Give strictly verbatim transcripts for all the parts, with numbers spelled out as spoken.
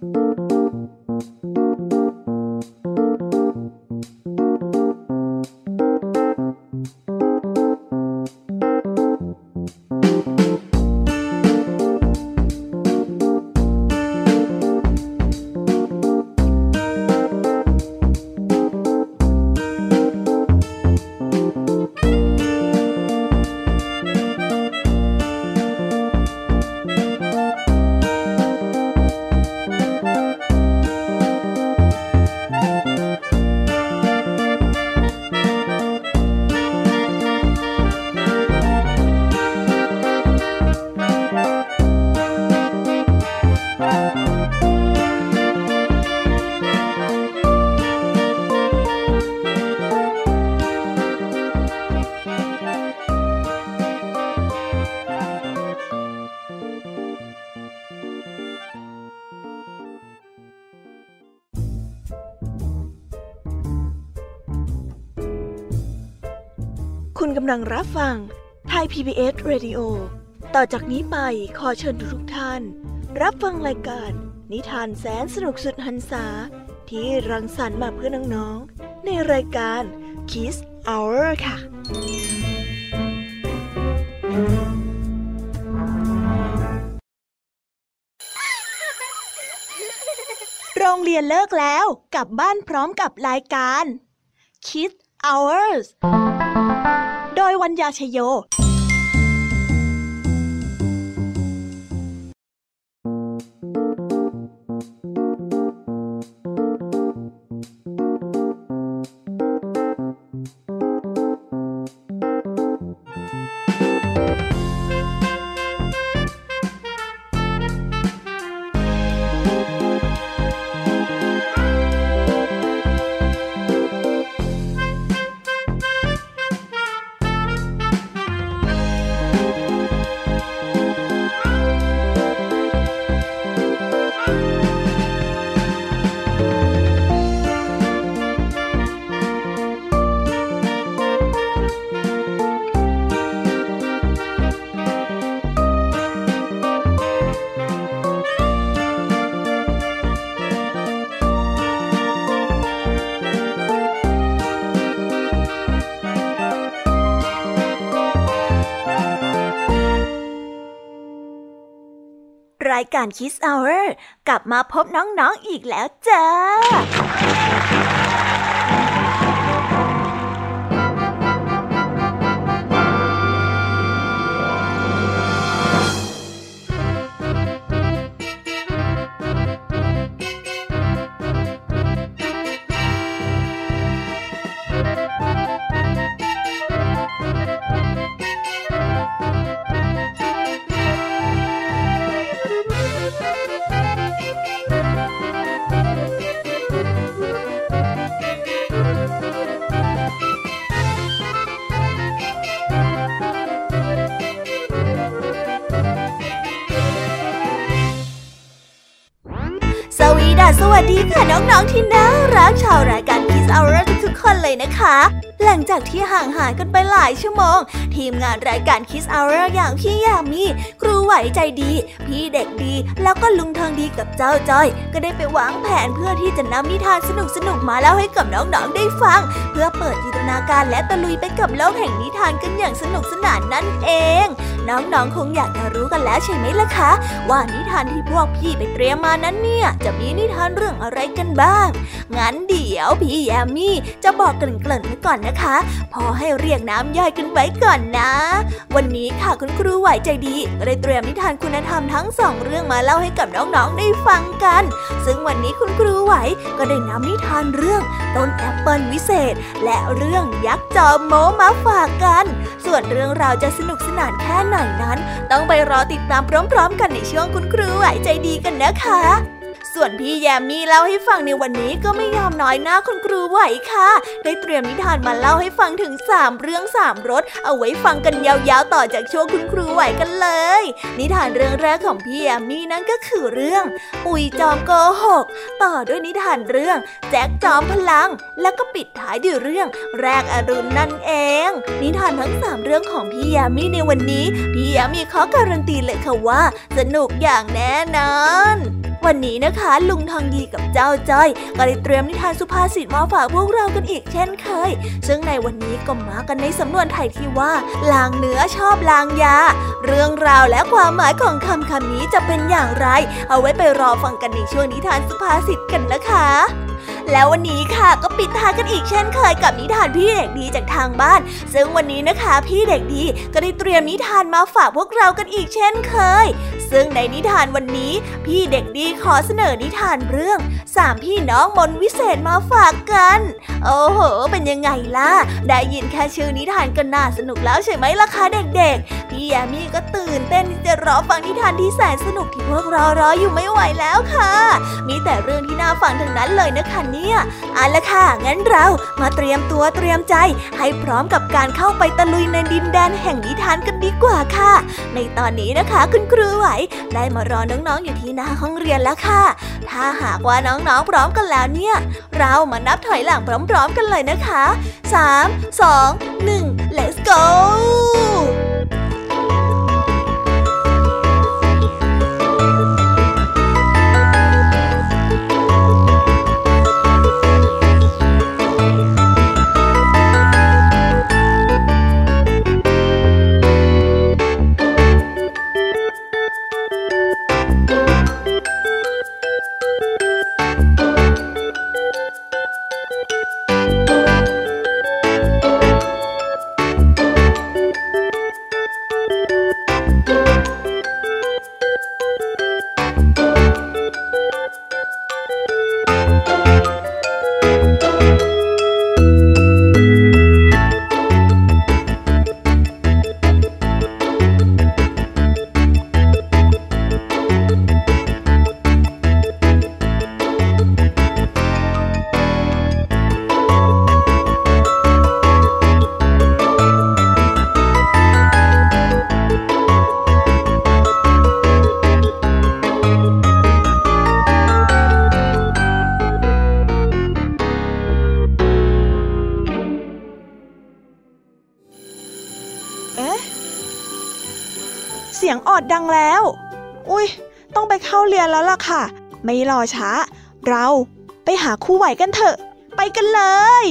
คุณกำลังรับฟังไทย พี บี เอส Radio ต่อจากนี้ไปขอเชิญทุกท่านรับฟังรายการนิทานแสนสนุกสุดหรรษาที่รังสรรค์มาเพื่อน้องๆในรายการ Kids Hour ค่ะโรงเรียนเลิกแล้วกลับบ้านพร้อมกับรายการ Kids Hours โดยวัญญาชโยรายการ Kids Hour กลับมาพบน้องๆ อีกแล้วจ้าสวัสดีค่ะน้องๆที่น่ารักชาวรายการ Kids Hour ทุกๆคนเลยนะคะหลังจากที่ห่างหายกันไปหลายชั่วโมงทีมงานรายการ Kids Hour อย่างพี่ยามีครูไหวใจดีพี่เด็กดีแล้วก็ลุงทองดีกับเจ้าจ้อยก็ได้ไปวางแผนเพื่อที่จะนำนิทานสนุกๆมาเล่าให้กับน้องๆได้ฟังเพื่อเปิดจินตนาการและตะลุยไปกับโลกแห่งนิทานกันอย่างสนุกสนานนั่นเองน้องๆคงอยากจะรู้กันแล้วใช่ไหมล่ะคะว่านิทานที่พวกพี่ไปเตรียมมานั้นเนี่ยจะมีนิทานเรื่องอะไรกันบ้างงั้นเดี๋ยวพี่แยมมี่จะบอกเกริ่นๆไว้ก่อนนะคะพอให้เรียกน้ำย่อยกันไว้ก่อนนะวันนี้ค่ะคุณครูไหวใจดีก็ได้เตรียมนิทานคุณธรรมทั้งสองเรื่องมาเล่าให้กับน้องๆได้ฟังกันซึ่งวันนี้คุณครูไหวก็ได้นำนิทานเรื่องต้นแอปเปิลวิเศษและเรื่องยักษ์จอมโม้มาฝากกันส่วนเรื่องราวจะสนุกสนานแค่ไหนนั้นต้องไปรอติดตามพร้อมๆกันในช่วงคุณครูไหวใจดีกันนะคะส่วนพี่แยมมี่เล่าให้ฟังในวันนี้ก็ไม่ยอมน้อยหน้าคุณครูไหวค่ะได้เตรียมนิทานมาเล่าให้ฟังถึงสามเรื่องสามรสเอาไว้ฟังกันยาวๆต่อจากช่วงคุณครูไหวกันเลยนิทานเรื่องแรกของพี่แยมมี่นั้นก็คือเรื่องปุ๋ยจอมโกหกต่อด้วยนิทานเรื่องแจ็คจอมพลังแล้วก็ปิดท้ายด้วยเรื่องแรกอรุณนั่นเองนิทานทั้งสามเรื่องของพี่แยมมี่ในวันนี้พี่แยมมี่ขอการันตีเลยค่ะว่าสนุกอย่างแน่นอนวันนี้นะคะลุงทองดีกับเจ้าจ้อยก็ได้เตรียมนิทานสุภาษิตมาฝากพวกเรากันอีกเช่นเคยซึ่งในวันนี้ก็มากันในสำนวนไทยที่ว่าลางเนื้อชอบลางยาเรื่องราวและความหมายของคำคำนี้จะเป็นอย่างไรเอาไว้ไปรอฟังกันในช่วงนิทานสุภาษิตกันนะคะแล้ววันนี้ค่ะก็ปิดท้ายกันอีกเช่นเคยกับนิทานพี่เด็กดีจากทางบ้านซึ่งวันนี้นะคะพี่เด็กดีก็ได้เตรียมนิทานมาฝากพวกเรากันอีกเช่นเคยซึ่งในนิทานวันนี้พี่เด็กดีขอเสนอนิทานเรื่องสามพี่น้องมนต์วิเศษมาฝากกันโอ้โหเป็นยังไงล่ะได้ยินแค่ชื่อนิทานก็น่าสนุกแล้วใช่ไหมล่ะคะเด็กๆพี่ยามีก็ตื่นเต้นที่จะรอฟังนิทานที่แสนสนุกที่พวกเรารออยู่ไม่ไหวแล้วค่ะมีแต่เรื่องที่น่าฟังทั้งนั้นเลยนะคะเนี่ยเอาล่ะค่ะงั้นเรามาเตรียมตัวเตรียมใจให้พร้อมกับการเข้าไปตะลุยในดินแดนแห่งนิทานกันดีกว่าค่ะในตอนนี้นะคะคุณครูไหวได้มารอน้องๆอยู่ที่หน้าห้องเรียนแล้วค่ะถ้าหากว่าน้องๆพร้อมกันแล้วเนี่ยเรามานับถอยหลังพร้อมๆกันเลยนะคะสาม สอง หนึ่ง let's go เสียงออดดังแล้วอุ๊ยต้องไปเข้าเรียนแล้วล่ะค่ะไม่รอช้าเราไปหาครูไหวกันเถอะไปกันเลย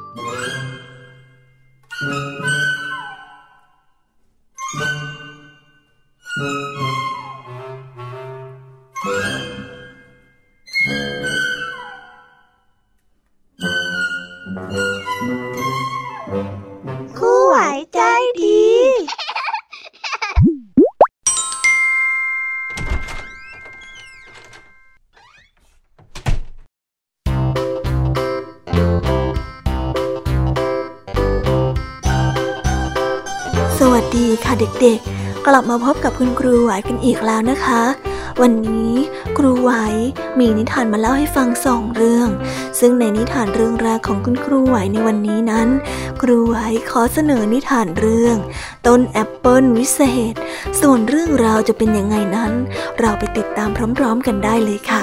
ครูไหวใจดีสวัสดีค่ะเด็กๆกลับมาพบกับคุณครูไหวกันอีกแล้วนะคะวันนี้ครูไหวมีนิทานมาเล่าให้ฟังสองเรื่องซึ่งในนิทานเรื่องแรกของคุณครูไหวในวันนี้นั้นครูไหวขอเสนอนิทานเรื่องต้นแอปเปิลวิเศษส่วนเรื่องราวจะเป็นยังไงนั้นเราไปติดตามพร้อมๆกันได้เลยค่ะ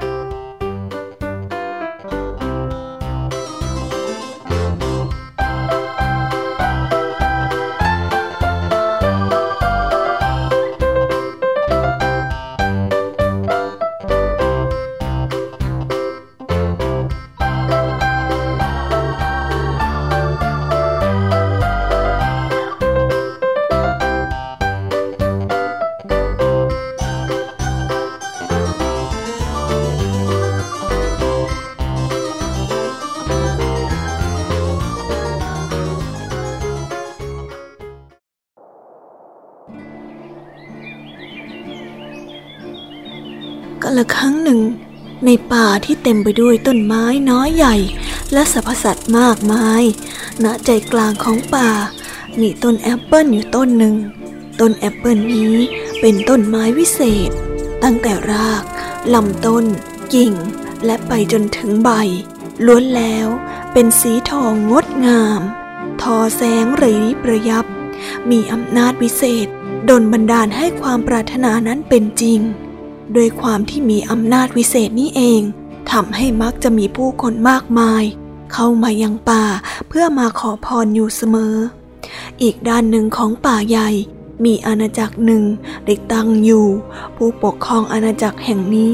กาลครั้งหนึ่งในป่าที่เต็มไปด้วยต้นไม้น้อยใหญ่และสรรพสัตว์มากมายณใจกลางของป่ามีต้นแอปเปิ้ลอยู่ต้นหนึ่งต้นแอปเปิ้ลนี้เป็นต้นไม้วิเศษตั้งแต่รากลำต้นกิ่งและไปจนถึงใบล้วนแล้วเป็นสีทองงดงามทอแสงระยิบระยับมีอำนาจวิเศษดลบันดาลให้ความปรารถนานั้นเป็นจริงโดยความที่มีอำนาจวิเศษนี้เองทำให้มักจะมีผู้คนมากมายเข้ามายังป่าเพื่อมาขอพรอยู่เสมออีกด้านหนึ่งของป่าใหญ่มีอาณาจักรหนึ่งได้ตั้งอยู่ผู้ปกครองอาณาจักรแห่งนี้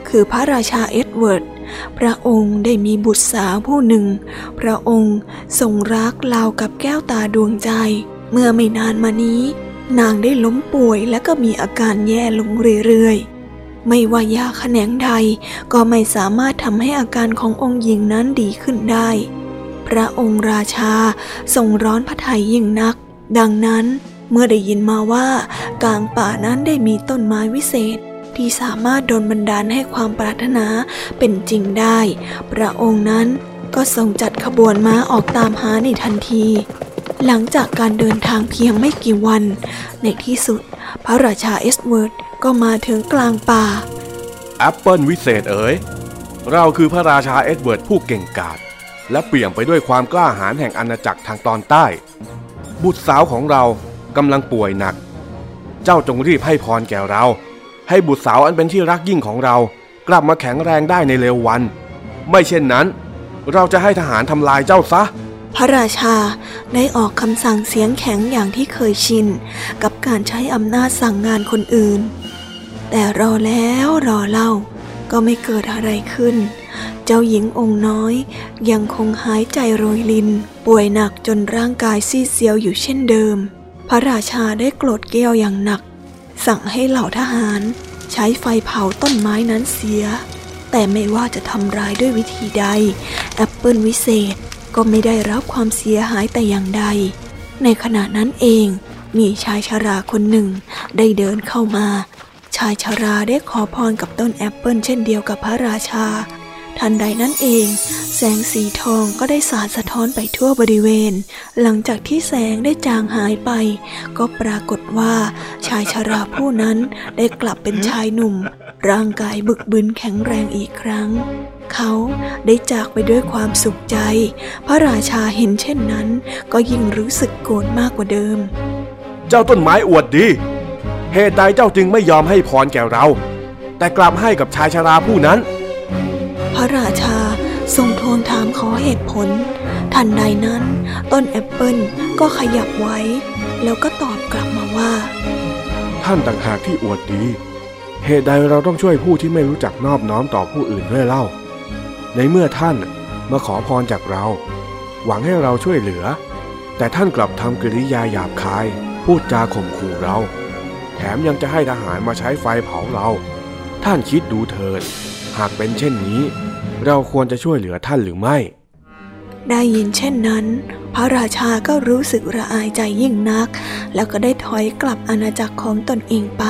คือพระราชาเอ็ดเวิร์ดพระองค์ได้มีบุตรสาวผู้หนึ่งพระองค์ทรงรักราวกับแก้วตาดวงใจเมื่อไม่นานมานี้นางได้ล้มป่วยและก็มีอาการแย่ลงเรื่อยๆไม่ว่ายาแขนงใดก็ไม่สามารถทำให้อาการขององค์หญิงนั้นดีขึ้นได้พระองค์ราชาทรงร้อนพระทัยยิ่งนักดังนั้นเมื่อได้ยินมาว่ากลางป่านั้นได้มีต้นไม้วิเศษที่สามารถดลบันดาลให้ความปรารถนาเป็นจริงได้พระองค์นั้นก็ทรงจัดขบวนม้าออกตามหาในทันทีหลังจากการเดินทางเพียงไม่กี่วันในที่สุดพระราชาเอ็ดเวิร์ดก็มาถึงกลางป่าแอปเปิลวิเศษเอ๋ยเราคือพระราชาเอ็ดเวิร์ดผู้เก่งกาจและเปี่ยมไปด้วยความกล้าหาญแห่งอาณาจักรทางตอนใต้บุตรสาวของเรากำลังป่วยหนักเจ้าจงรีบให้พรแก่เราให้บุตรสาวอันเป็นที่รักยิ่งของเรากลับมาแข็งแรงได้ในเร็ววันไม่เช่นนั้นเราจะให้ทหารทำลายเจ้าซะพระราชาได้ออกคำสั่งเสียงแข็งอย่างที่เคยชินกับการใช้อำนาจสั่งงานคนอื่นแต่รอแล้วรอเล่าก็ไม่เกิดอะไรขึ้นเจ้าหญิงองค์น้อยยังคงหายใจโรยรินป่วยหนักจนร่างกายซีดเซียวอยู่เช่นเดิมพระราชาได้โกรธเกรี้ยวอย่างหนักสั่งให้เหล่าทหารใช้ไฟเผาต้นไม้นั้นเสียแต่ไม่ว่าจะทำร้ายด้วยวิธีใดแอปเปิลวิเศษก็ไม่ได้รับความเสียหายแต่อย่างใดในขณะนั้นเองมีชายชราคนหนึ่งได้เดินเข้ามาชายชราได้ขอพรกับต้นแอปเปิลเช่นเดียวกับพระราชาทันใดนั้นเองแสงสีทองก็ได้สาดสะท้อนไปทั่วบริเวณหลังจากที่แสงได้จางหายไปก็ปรากฏว่าชายชราผู้นั้นได้กลับเป็นชายหนุ่มร่างกายบึกบึนแข็งแรงอีกครั้งเขาได้จากไปด้วยความสุขใจพระราชาเห็นเช่นนั้นก็ยิ่งรู้สึกโกรธมากกว่าเดิมเจ้าต้นไม้อวดดีเหตุใดเจ้าจึงไม่ยอมให้พรแก่เราแต่กลับให้กับชายชราผู้นั้นพระราชาทรงทูลถามขอเหตุผลทันใดนั้นต้นแอปเปิลก็ขยับไว้แล้วก็ตอบกลับมาว่าท่านต่างหากที่อวดดีเหตุใดเราต้องช่วยผู้ที่ไม่รู้จักนอบน้อมต่อผู้อื่นด้วยเล่าในเมื่อท่านมาขอพรจากเราหวังให้เราช่วยเหลือแต่ท่านกลับทำกริยาหยาบคายพูดจาข่มขู่เราแถมยังจะให้ทหารมาใช้ไฟเผาเราท่านคิดดูเถิดหากเป็นเช่นนี้เราควรจะช่วยเหลือท่านหรือไม่ได้ยินเช่นนั้นพระราชาก็รู้สึกระอายใจยิ่งนักแล้วก็ได้ถอยกลับอาณาจักรของตนเองไป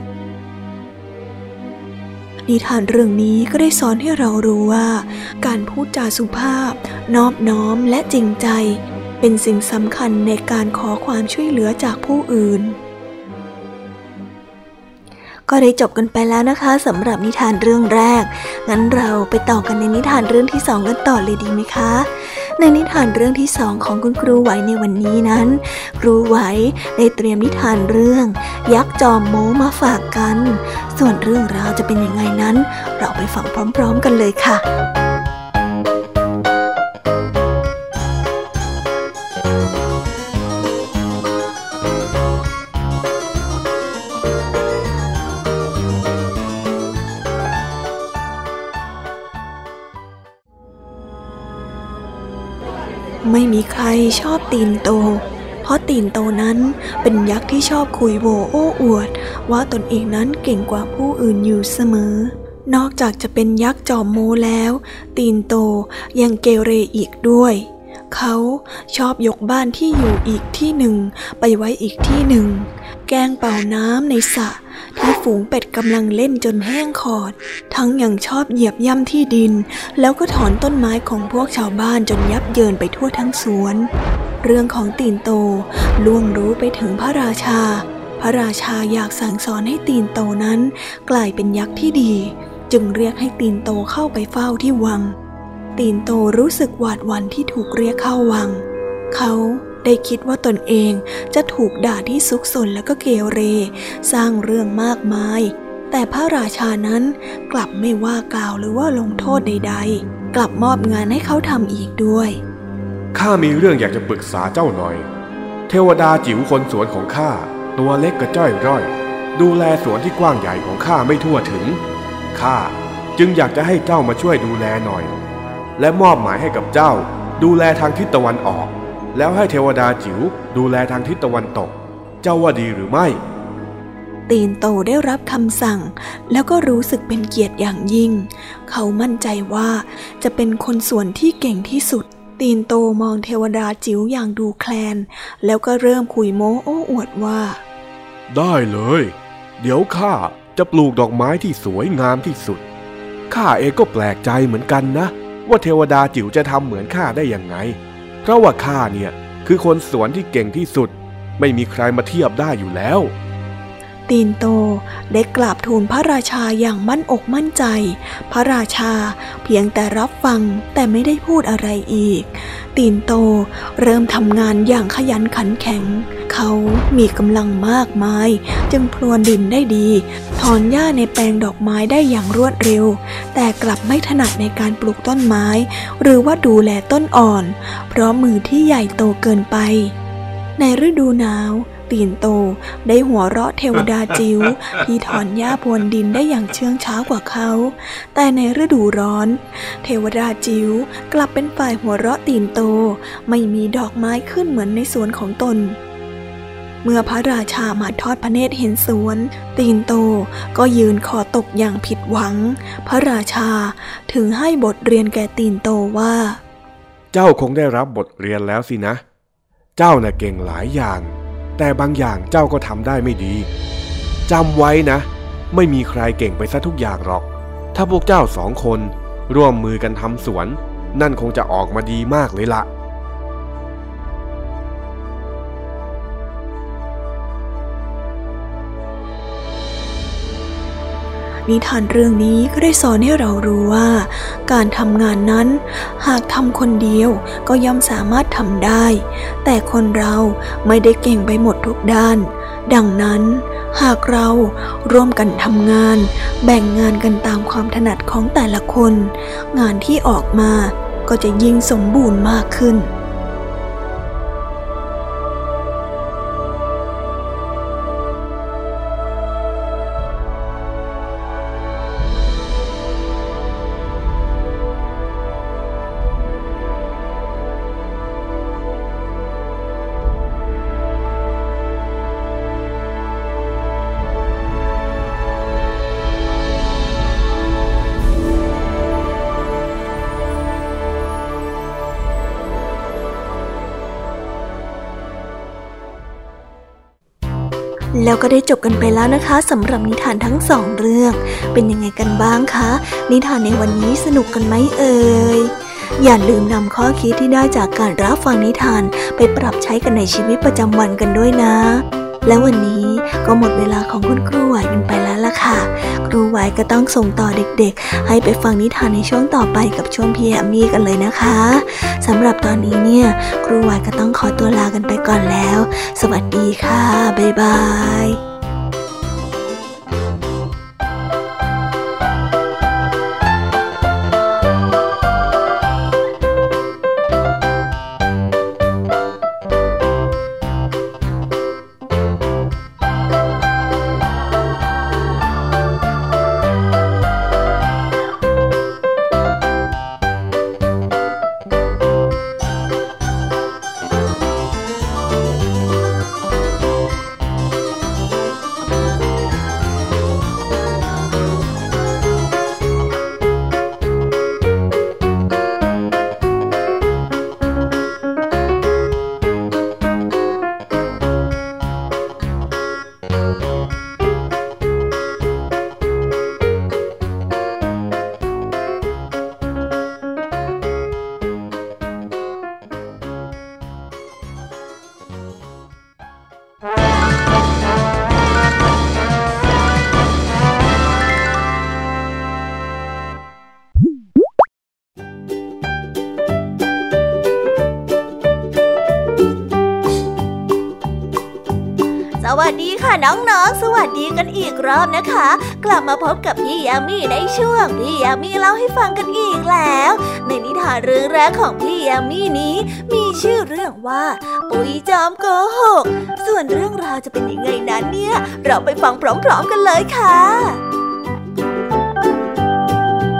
นิทานเรื่องนี้ก็ได้สอนให้เรารู้ว่าการพูดจาสุภาพนอบน้อมและจริงใจเป็นสิ่งสำคัญในการขอความช่วยเหลือจากผู้อื่นก็ได้จบกันไปแล้วนะคะสำหรับนิทานเรื่องแรกงั้นเราไปต่อกันในนิทานเรื่องที่สองกันต่อเลยดีไหมคะในนิทานเรื่องที่สองของคุณครูไหวในวันนี้นั้นครูไหวได้เตรียมนิทานเรื่องยักษ์จอมโม้มาฝากกันส่วนเรื่องราวจะเป็นยังไงนั้นเราไปฟังพร้อมๆกันเลยค่ะไม่มีใครชอบตีนโตเพราะตีนโตนั้นเป็นยักษ์ที่ชอบคุยโวโอ้อวดว่าตนเองนั้นเก่งกว่าผู้อื่นอยู่เสมอนอกจากจะเป็นยักษ์จอมโม้แล้วตีนโตยังเกเรอีกด้วยเขาชอบยกบ้านที่อยู่อีกที่หนึ่งไปไว้อีกที่หนึ่งแกล้งเป่าน้ำในสระที่ฝูงเป็ดกำลังเล่นจนแห้งขอดทั้งยังชอบเหยียบย่ำที่ดินแล้วก็ถอนต้นไม้ของพวกชาวบ้านจนยับเยินไปทั่วทั้งสวนเรื่องของตีนโตล่วงรู้ไปถึงพระราชาพระราชาอยากสั่งสอนให้ตีนโตนั้นกลายเป็นยักษ์ที่ดีจึงเรียกให้ตีนโตเข้าไปเฝ้าที่วังตีนโตรู้สึกหวาดหวั่นที่ถูกเรียกเข้าวังเขาได้คิดว่าตนเองจะถูกด่าที่ซุกซนและก็เกเรสร้างเรื่องมากมายแต่พระราชานั้นกลับไม่ว่ากล่าวหรือว่าลงโทษใดๆกลับมอบงานให้เขาทำอีกด้วยข้ามีเรื่องอยากจะปรึกษาเจ้าหน่อยเทวดาจิ๋วคนสวนของข้าตัวเล็กกระจ้อยร่อยดูแลสวนที่กว้างใหญ่ของข้าไม่ทั่วถึงข้าจึงอยากจะให้เจ้ามาช่วยดูแลหน่อยและมอบหมายให้กับเจ้าดูแลทางทิศตะวันออกแล้วให้เทวดาจิ๋วดูแลทางทิศตะวันตกเจ้าว่าดีหรือไม่ตีนโตได้รับคำสั่งแล้วก็รู้สึกเป็นเกียรติอย่างยิ่งเขามั่นใจว่าจะเป็นคนสวนที่เก่งที่สุดตีนโตมองเทวดาจิ๋วอย่างดูแคลนแล้วก็เริ่มคุยโม้โอ้อวดว่าได้เลยเดี๋ยวข้าจะปลูกดอกไม้ที่สวยงามที่สุดข้าเองก็แปลกใจเหมือนกันนะว่าเทวดาจิ๋วจะทำเหมือนข้าได้ยังไงเพราะว่าข้าเนี่ยคือคนสวนที่เก่งที่สุดไม่มีใครมาเทียบได้อยู่แล้วตีนโตได้กราบทูลพระราชาอย่างมั่นอกมั่นใจพระราชาเพียงแต่รับฟังแต่ไม่ได้พูดอะไรอีกตีนโตเริ่มทำงานอย่างขยันขันแข็งเขามีกำลังมากมายจึงพรวนดินได้ดีถอนหญ้าในแปลงดอกไม้ได้อย่างรวดเร็วแต่กลับไม่ถนัดในการปลูกต้นไม้หรือว่าดูแลต้นอ่อนเพราะมือที่ใหญ่โตเกินไปในฤดูหนาวตีนโตได้หัวเราะเทวดาจิ๋วที่ถอนหญ้าพรวนดินได้อย่างเชื่องช้ากว่าเขาแต่ในฤดูร้อนเทวดาจิ๋วกลับเป็นฝ่ายหัวเราะตีนโตไม่มีดอกไม้ขึ้นเหมือนในสวนของตนเมื่อพระราชามาทอดพระเนตรเห็นสวนตีนโตก็ยืนคอตกอย่างผิดหวังพระราชาถึงให้บทเรียนแก่ตีนโตว่าเจ้าคงได้รับบทเรียนแล้วสินะเจ้าน่ะเก่งหลายอย่างแต่บางอย่างเจ้าก็ทำได้ไม่ดีจำไว้นะไม่มีใครเก่งไปซะทุกอย่างหรอกถ้าพวกเจ้าสองคนร่วมมือกันทำสวนนั่นคงจะออกมาดีมากเลยละนิทานเรื่องนี้ก็ได้สอนให้เรารู้ว่าการทำงานนั้นหากทำคนเดียวก็ย่อมสามารถทำได้แต่คนเราไม่ได้เก่งไปหมดทุกด้านดังนั้นหากเราร่วมกันทำงานแบ่งงานกันตามความถนัดของแต่ละคนงานที่ออกมาก็จะยิ่งสมบูรณ์มากขึ้นแล้วก็ได้จบกันไปแล้วนะคะสำหรับนิทานทั้งสองเรื่องเป็นยังไงกันบ้างคะนิทานในวันนี้สนุกกันไหมเอ่ยอย่าลืมนำข้อคิดที่ได้จากการรับฟังนิทานไปปรับใช้กันในชีวิตประจำวันกันด้วยนะและวันนี้ก็หมดเวลาของคุณครูไหวกันไปแล้วล่ะค่ะครูไหวก็ต้องส่งต่อเด็กๆให้ไปฟังนิทานในช่วงต่อไปกับช่วงพี่แอมมี่กันเลยนะคะสำหรับตอนนี้เนี่ยครูไหวก็ต้องขอตัวลากันไปก่อนแล้วสวัสดีค่ะบ๊ายบายสวัสดีค่ะน้องๆสวัสดีกันอีกรอบนะคะกลับมาพบกับพี่ยามีในช่วงพี่ยามีเล่าให้ฟังกันอีกแล้วในนิทานเรื่องแรกของพี่ยามีนี้มีชื่อเรื่องว่าปุ๋ยจอมโกหกส่วนเรื่องราวจะเป็นยังไงนั้นเนี่ยเราไปฟังพร้อมๆกันเลยค่ะ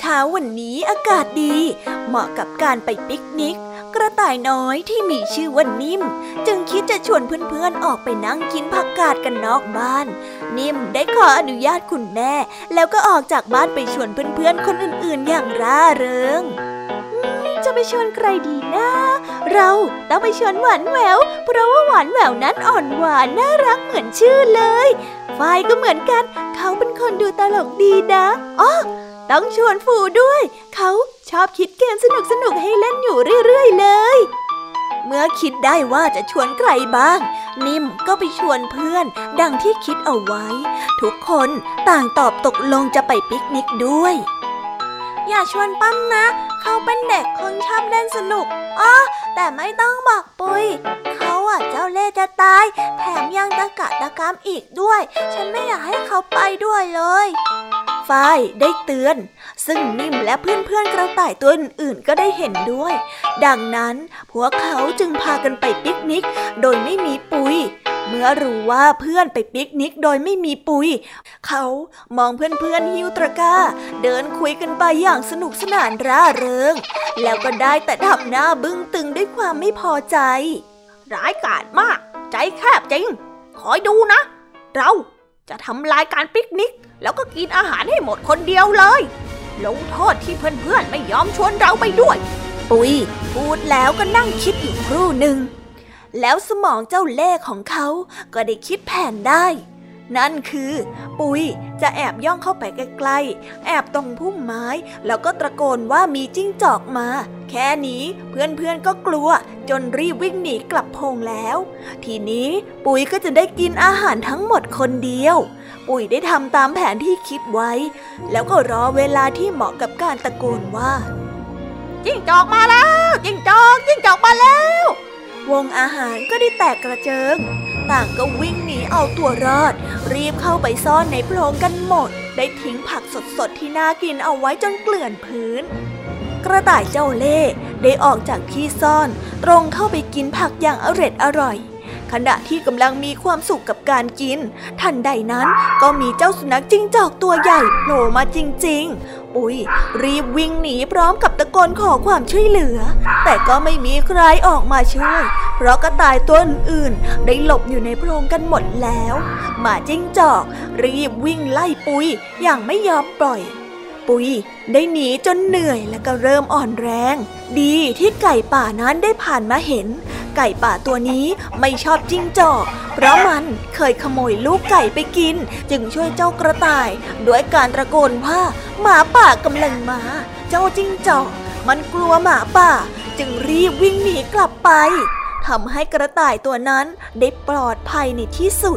เช้าวันนี้อากาศดีเหมาะกับการไปปิกนิกกระต่ายน้อยที่มีชื่อว่านิ่มจึงคิดจะชวนเพื่อนๆออกไปนั่งกินผักกาดกันนอกบ้านนิ่มได้ขออนุญาตคุณแม่แล้วก็ออกจากบ้านไปชวนเพื่อนๆคนอื่นๆอย่างร่าเริงจะไปชวนใครดีนะเราต้องไปชวนหวานแหววเพราะว่าหวานแหววนั้นอ่อนหวานน่ารักเหมือนชื่อเลยฝ้ายก็เหมือนกันเขาเป็นคนดูตลกดีนะอ๋อต้องชวนฟูด้วยเขาชอบคิดเกมสนุกๆให้เล่นอยู่เรื่อยๆเลยเมื่อคิดได้ว่าจะชวนใครบ้างนิ่มก็ไปชวนเพื่อนดังที่คิดเอาไว้ทุกคนต่างตอบตกลงจะไปปิกนิกด้วยอย่าชวนปั้มนะเขาเป็นเด็กคนชอบเล่นสนุกอ๋อแต่ไม่ต้องบอกปุยเขาอ่ะเจ้าเล่ห์จะตายแถมยังตะกะตะกามอีกด้วยฉันไม่อยากให้เขาไปด้วยเลยฝ้ายได้เตือนซึ่งนิ่มและเพื่อนๆกระต่ายตัวอื่นๆก็ได้เห็นด้วยดังนั้นพวกเขาจึงพากันไปปิกนิกโดยไม่มีปุยเมื่อรู้ว่าเพื่อนไปปิกนิกโดยไม่มีปุยเขามองเพื่อนๆหิ้วตะกร้าเดินคุยกันไปอย่างสนุกสนานร่าเริงแล้วก็ได้แต่ทำหน้าบึ้งตึงด้วยความไม่พอใจร้ายกาจมากใจแคบจริงคอยดูนะเราจะทำลายการปิกนิกแล้วก็กินอาหารให้หมดคนเดียวเลยลงโทษที่เพื่อนๆไม่ยอมชวนเราไปด้วยปุยพูดแล้วก็นั่งคิดอยู่ครู่หนึ่งแล้วสมองเจ้าเล่ห์ของเขาก็ได้คิดแผนได้นั่นคือปุยจะแอบย่องเข้าไปใกล้ๆแอบตรงพุ่มไม้แล้วก็ตะโกนว่ามีจิ้งจอกมาแค่นี้เพื่อนๆก็กลัวจนรีบวิ่งหนีกลับพงแล้วทีนี้ปุยก็จะได้กินอาหารทั้งหมดคนเดียวปุยได้ทำตามแผนที่คิดไว้แล้วก็รอเวลาที่เหมาะกับการตะโกนว่าจิ้งจอกมาแล้วจิ้งจอกจิ้งจอกมาแล้ววงอาหารก็ได้แตกกระเจิงต่างก็วิ่งหนีเอาตัวรอดรีบเข้าไปซ่อนในโพรงกันหมดได้ทิ้งผักสดๆที่น่ากินเอาไว้จนเกลื่อนพื้นกระต่ายเจ้าเล่ห์ได้ออกจากที่ซ่อนตรงเข้าไปกินผักอย่างอร็ดอร่อยขณะที่กำลังมีความสุขกับการกินทันใดนั้นก็มีเจ้าสุนัขจิ้งจอกตัวใหญ่โผล่มาจริงๆปุยรีบวิ่งหนีพร้อมกับตะโกนขอความช่วยเหลือแต่ก็ไม่มีใครออกมาช่วยเพราะกระต่ายตัวอื่นๆได้หลบอยู่ในโพรงกันหมดแล้วหมาจิ้งจอกรีบวิ่งไล่ปุยอย่างไม่ยอมปล่อยปุยได้หนีจนเหนื่อยและก็เริ่มอ่อนแรงดีที่ไก่ป่านั้นได้ผ่านมาเห็นไก่ป่าตัวนี้ไม่ชอบจิ้งจอกเพราะมันเคยขโมยลูกไก่ไปกินจึงช่วยเจ้ากระต่ายด้วยการตะโกนว่าหมาป่ากำลังมาเจ้าจิ้งจอกมันกลัวหมาป่าจึงรีบวิ่งหนีกลับไปทำให้กระต่ายตัวนั้นได้ปลอดภัยในที่สุด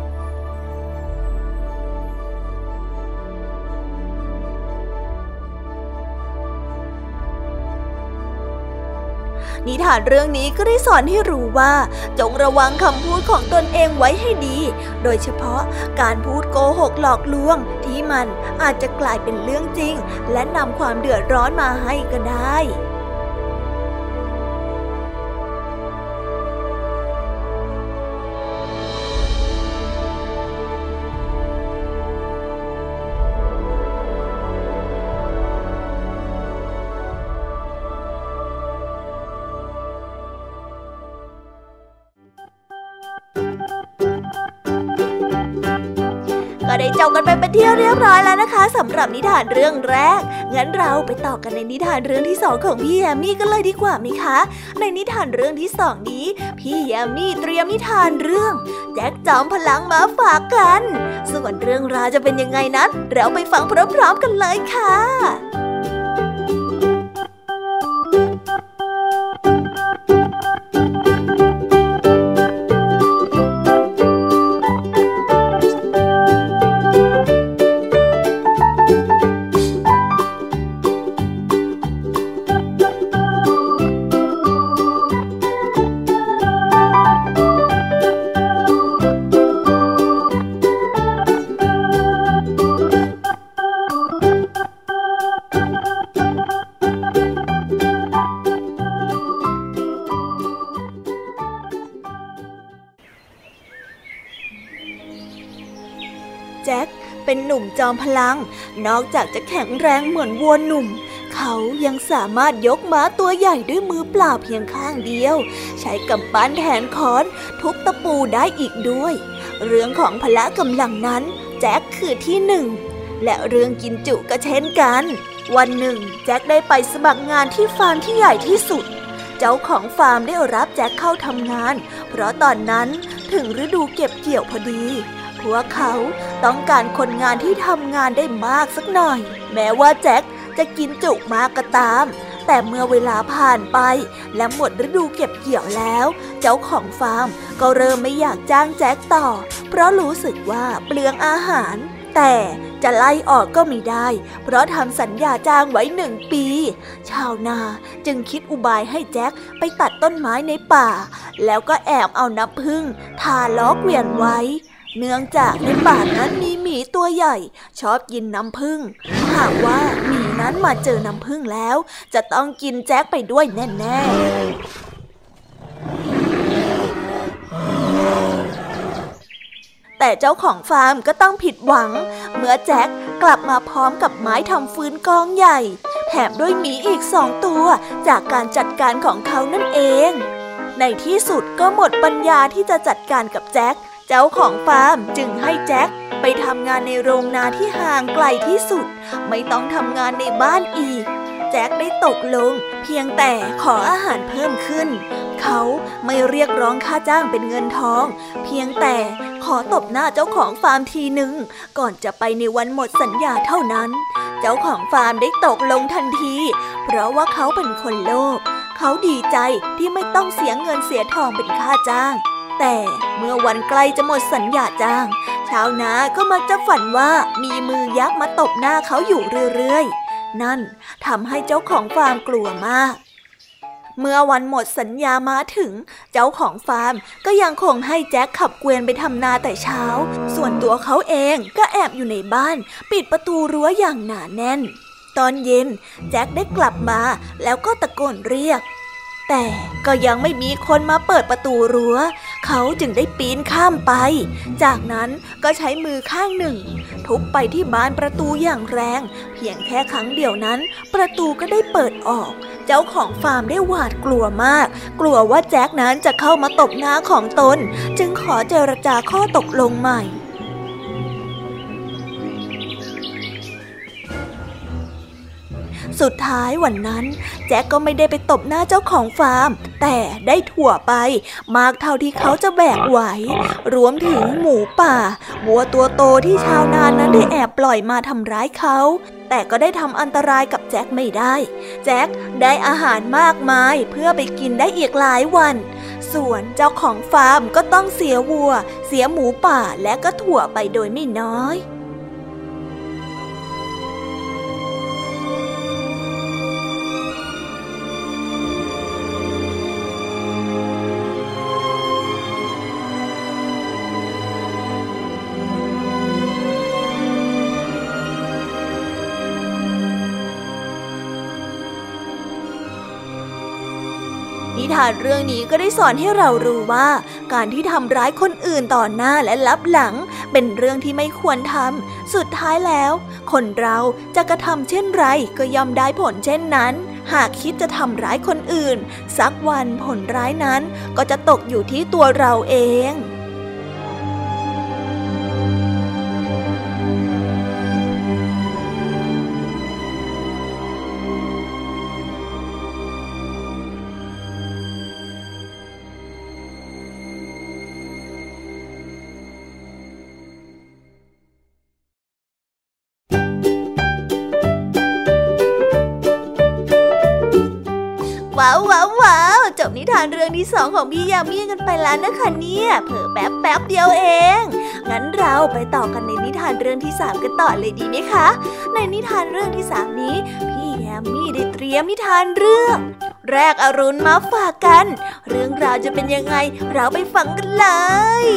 นิทานเรื่องนี้ก็ได้สอนให้รู้ว่าจงระวังคำพูดของตนเองไว้ให้ดีโดยเฉพาะการพูดโกหกหลอกลวงที่มันอาจจะกลายเป็นเรื่องจริงและนำความเดือดร้อนมาให้ก็ได้ก็ได้จบกันไปเป็นที่เรียบร้อยแล้วนะคะสำหรับนิทานเรื่องแรกงั้นเราไปต่อกันในนิทานเรื่องที่สองของพี่แยมมี่กันเลยดีกว่าไหมคะในนิทานเรื่องที่สองนี้พี่แยมมี่เตรียมนิทานเรื่องแจ็คจอมพลังมาฝากกันส่วนเรื่องราวจะเป็นยังไงนั้นเราไปฟังพร้อมๆกันเลยค่ะนุ่มจอมพลังนอกจากจะแข็งแรงเหมือนวัวหนุ่มเขายังสามารถยกม้าตัวใหญ่ด้วยมือเปล่าเพียงข้างเดียวใช้กำปั้นแทนค้อนทุบตะปูได้อีกด้วยเรื่องของพละกำลังนั้นแจ็คคือที่หนึ่งและเรื่องกินจุก็เช่นกันวันหนึ่งแจ็คได้ไปสมัครงานที่ฟาร์มที่ใหญ่ที่สุดเจ้าของฟาร์มได้รับแจ็คเข้าทำงานเพราะตอนนั้นถึงฤดูเก็บเกี่ยวพอดีพวกเขาต้องการคนงานที่ทำงานได้มากสักหน่อยแม้ว่าแจ็คจะกินจุมากก็ตามแต่เมื่อเวลาผ่านไปและหมดฤดูเก็บเกี่ยวแล้วเจ้าของฟาร์มก็เริ่มไม่อยากจ้างแจ็คต่อเพราะรู้สึกว่าเปลืองอาหารแต่จะไล่ออกก็ไม่ได้เพราะทำสัญญาจ้างไว้หนึ่งปีชาวนาจึงคิดอุบายให้แจ็คไปตัดต้นไม้ในป่าแล้วก็แอบเอาน้ำผึ้งทาล้อเกวียนไว้เนื่องจากในป่านั้นมีหมีตัวใหญ่ชอบกินน้ำผึ้งหากว่าหมีนั้นมาเจอน้ำผึ้งแล้วจะต้องกินแจ็คไปด้วยแน่ๆแต่เจ้าของฟาร์มก็ต้องผิดหวังเมื่อแจ็คกลับมาพร้อมกับไม้ทำฟืนกองใหญ่แถมด้วยหมีอีกสองตัวจากการจัดการของเขานั่นเองในที่สุดก็หมดปัญญาที่จะจัดการกับแจ็คเจ้าของฟาร์มจึงให้แจ็คไปทำงานในโรงนาที่ห่างไกลที่สุดไม่ต้องทำงานในบ้านอีกแจ็คได้ตกลงเพียงแต่ขออาหารเพิ่มขึ้นเขาไม่เรียกร้องค่าจ้างเป็นเงินทองเพียงแต่ขอตบหน้าเจ้าของฟาร์มทีหนึ่งก่อนจะไปในวันหมดสัญญาเท่านั้นเจ้าของฟาร์มได้ตกลงทันทีเพราะว่าเขาเป็นคนโลภเขาดีใจที่ไม่ต้องเสียเงินเสียทองเป็นค่าจ้างแต่เมื่อวันใกล้จะหมดสัญญาจ้างชาวนาก็มักจะฝันว่ามีมือยักษ์มาตบหน้าเขาอยู่เรื่อยๆนั่นทำให้เจ้าของฟาร์มกลัวมากเมื่อวันหมดสัญญามาถึงเจ้าของฟาร์มก็ยังคงให้แจ็คขับเกวียนไปทำนาแต่เช้าส่วนตัวเขาเองก็แอบอยู่ในบ้านปิดประตูรั้วอย่างหนาแน่นตอนเย็นแจ็คได้กลับมาแล้วก็ตะโกนเรียกแต่ก็ยังไม่มีคนมาเปิดประตูรั้วเขาจึงได้ปีนข้ามไปจากนั้นก็ใช้มือข้างหนึ่งทุบไปที่บานประตูอย่างแรงเพียงแค่ครั้งเดียวนั้นประตูก็ได้เปิดออกเจ้าของฟาร์มได้หวาดกลัวมากกลัวว่าแจ็คนั้นจะเข้ามาตบหน้าของตนจึงขอเจรจาข้อตกลงใหม่สุดท้ายวันนั้นแจ็คก็ไม่ได้ไปตบหน้าเจ้าของฟาร์มแต่ได้ถั่วไปมากเท่าที่เขาจะแบกไหวรวมถึงหมูป่าวัวตัวโตที่ชาวนานั้นได้แอบปล่อยมาทำร้ายเขาแต่ก็ได้ทำอันตรายกับแจ็คไม่ได้แจ็คได้อาหารมากมายเพื่อไปกินได้อีกหลายวันส่วนเจ้าของฟาร์มก็ต้องเสียวัวเสียหมูป่าและก็ถั่วไปโดยไม่น้อยนิทานเรื่องนี้ก็ได้สอนให้เรารู้ว่าการที่ทำร้ายคนอื่นต่อหน้าและลับหลังเป็นเรื่องที่ไม่ควรทำสุดท้ายแล้วคนเราจะกระทำเช่นไรก็ย่อมได้ผลเช่นนั้นหากคิดจะทำร้ายคนอื่นสักวันผลร้ายนั้นก็จะตกอยู่ที่ตัวเราเองว้าวว้าวว้าวจบนิทานเรื่องที่สองของพี่ยามีกันไปแล้วนะคะเนี่ยเผลอแป๊บแป๊บเดียวเองงั้นเราไปต่อกันในนิทานเรื่องที่สามกันต่อเลยดีไหมคะในนิทานเรื่องที่สามนี้พี่ยามีได้เตรียมนิทานเรื่องแรกอรุณมาฝากกันเรื่องราวจะเป็นยังไงเราไปฟังกันเลย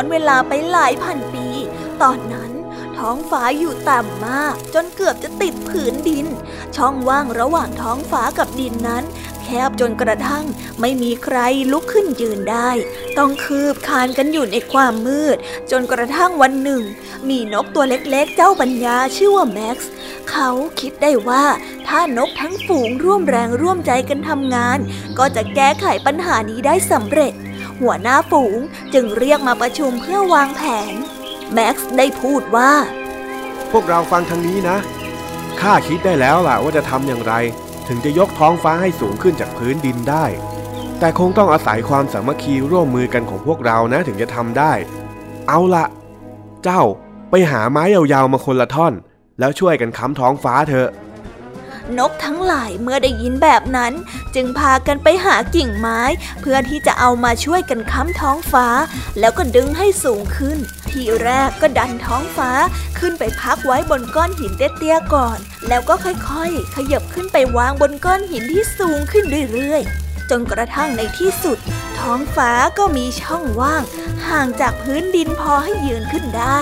เวลาไปหลายพันปีตอนนั้นท้องฟ้าอยู่ต่ำมากจนเกือบจะติดผืนดินช่องว่างระหว่างท้องฟ้ากับดินนั้นแคบจนกระทั่งไม่มีใครลุกขึ้นยืนได้ต้องคืบคลานกันอยู่ในความมืดจนกระทั่งวันหนึ่งมีนกตัวเล็กๆเจ้าปัญญาชื่อว่าแม็กซ์เขาคิดได้ว่าถ้านกทั้งฝูงร่วมแรงร่วมใจกันทำงานก็จะแก้ไขปัญหานี้ได้สำเร็จหัวหน้าฝูงจึงเรียกมาประชุมเพื่อวางแผนแม็กซ์ได้พูดว่าพวกเราฟังทางนี้นะข้าคิดได้แล้วล่ะว่าจะทำอย่างไรถึงจะยกท้องฟ้าให้สูงขึ้นจากพื้นดินได้แต่คงต้องอาศัยความสามัคคีร่วมมือกันของพวกเรานะถึงจะทำได้เอาล่ะเจ้าไปหาไม้ยาวๆมาคนละท่อนแล้วช่วยกันค้ำท้องฟ้าเถอะนกทั้งหลายเมื่อได้ยินแบบนั้นจึงพากันไปหากิ่งไม้เพื่อที่จะเอามาช่วยกันค้ำท้องฟ้าแล้วก็ดึงให้สูงขึ้นทีแรกก็ดันท้องฟ้าขึ้นไปพักไว้บนก้อนหินเตี้ยๆก่อนแล้วก็ค่อยๆขยับขึ้นไปวางบนก้อนหินที่สูงขึ้นเรื่อยๆจนกระทั่งในที่สุดท้องฟ้าก็มีช่องว่างห่างจากพื้นดินพอให้ยืนขึ้นได้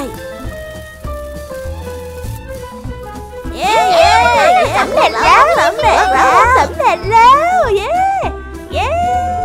เย้สำเร็จแล้วสำเร็จแล้วสำเร็จแล้วเย้เย้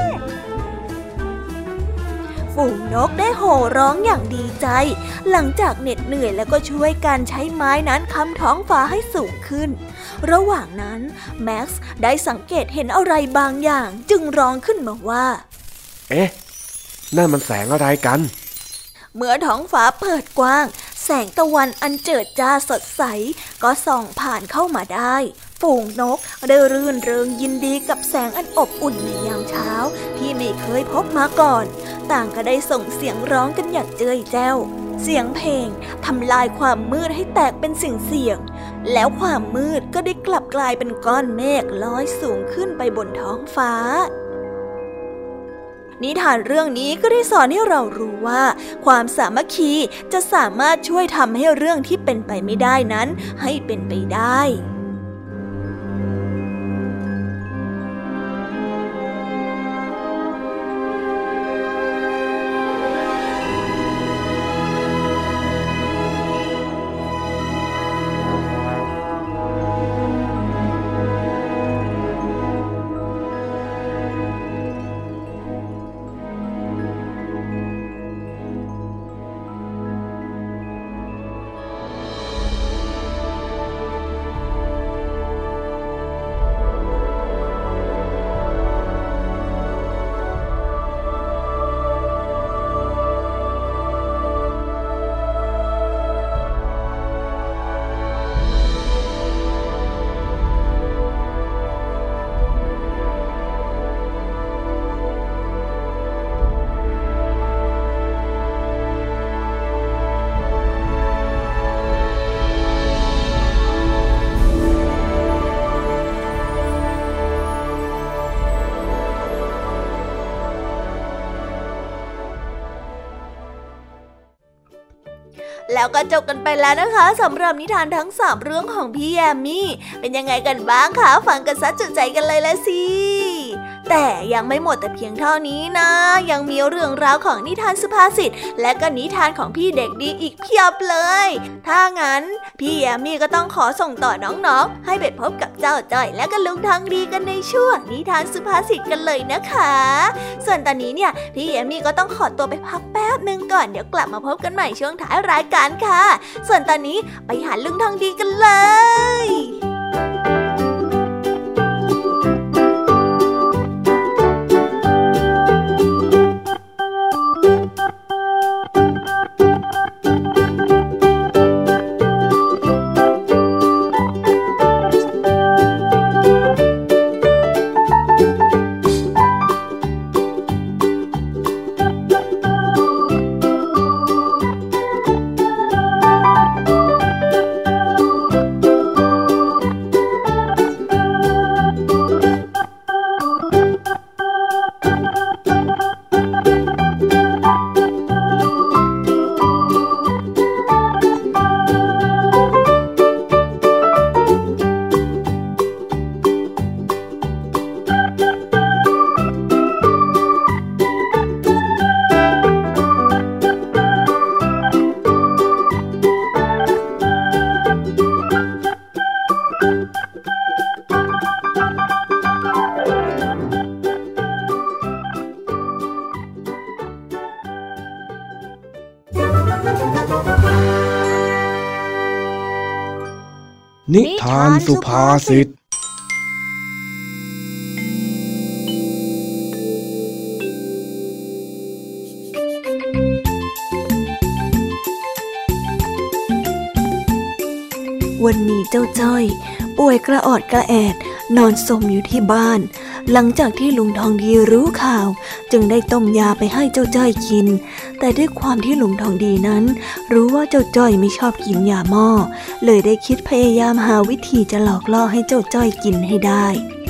ฝูงนกได้โห่ร้องอย่างดีใจหลังจากเหน็ดเหนื่อยแล้วก็ช่วยกันใช้ไม้นั้นค้ำท้องฟ้าให้สูงขึ้นระหว่างนั้นแม็กซ์ได้สังเกตเห็นอะไรบางอย่างจึงร้องขึ้นมาว่าเอ๊ะนั่นมันแสงอะไรกันเมื่อท้องฟ้าเปิดกว้างแสงตะวันอันเจิดจ้าสดใสก็ส่องผ่านเข้ามาได้ฝูงนกได้รื่นเริงยินดีกับแสงอันอบอุ่นในยามเช้าที่ไม่เคยพบมาก่อนต่างก็ได้ส่งเสียงร้องกันอย่างเจ้ยแจ้วเสียงเพลงทำลายความมืดให้แตกเป็นสิ่งเสียงแล้วความมืดก็ได้กลับกลายเป็นก้อนเมฆลอยสูงขึ้นไปบนท้องฟ้านิทานเรื่องนี้ก็ได้สอนให้เรารู้ว่าความสามัคคีจะสามารถช่วยทำให้เรื่องที่เป็นไปไม่ได้นั้นให้เป็นไปได้ แล้วก็จบกันไปแล้วนะคะสำหรับนิทานทั้งสามเรื่องของพี่แยมมี่เป็นยังไงกันบ้างคะฟังกันซะจุใจกันเลยละสิแต่ยังไม่หมดแต่เพียงเท่านี้นะยังมีเรื่องราวของนิทานสุภาษิตและก็นิทานของพี่เด็กดีอีกเพียบเลยถ้างั้นพี่แยมมี่ก็ต้องขอส่งต่อน้องๆให้ไปพบกับเจ้าจ้อยและก็ลุงทองดีกันในช่วงนิทานสุภาษิตกันเลยนะคะส่วนตอนนี้เนี่ยพี่แยมมี่ก็ต้องขอตัวไปพักแป๊บนึงก่อนเดี๋ยวกลับมาพบกันใหม่ช่วงท้ายรายการค่ะส่วนตอนนี้ไปหาลุงทองดีกันเลยนิทานสุภาษิตวันนี้เจ้าจ้อยป่วยกระออดกระแอดนอนสมอยู่ที่บ้านหลังจากที่ลุงทองดีรู้ข่าวจึงได้ต้มยาไปให้เจ้าจ้อยกินแต่ด้วยความที่ลุงทองดีนั้นรู้ว่าเจ้าจ้อยไม่ชอบกินยาหม้อเลยได้คิดพยายามหาวิธีจะหลอกล่อให้เจ้าจ้อยกินให้ได้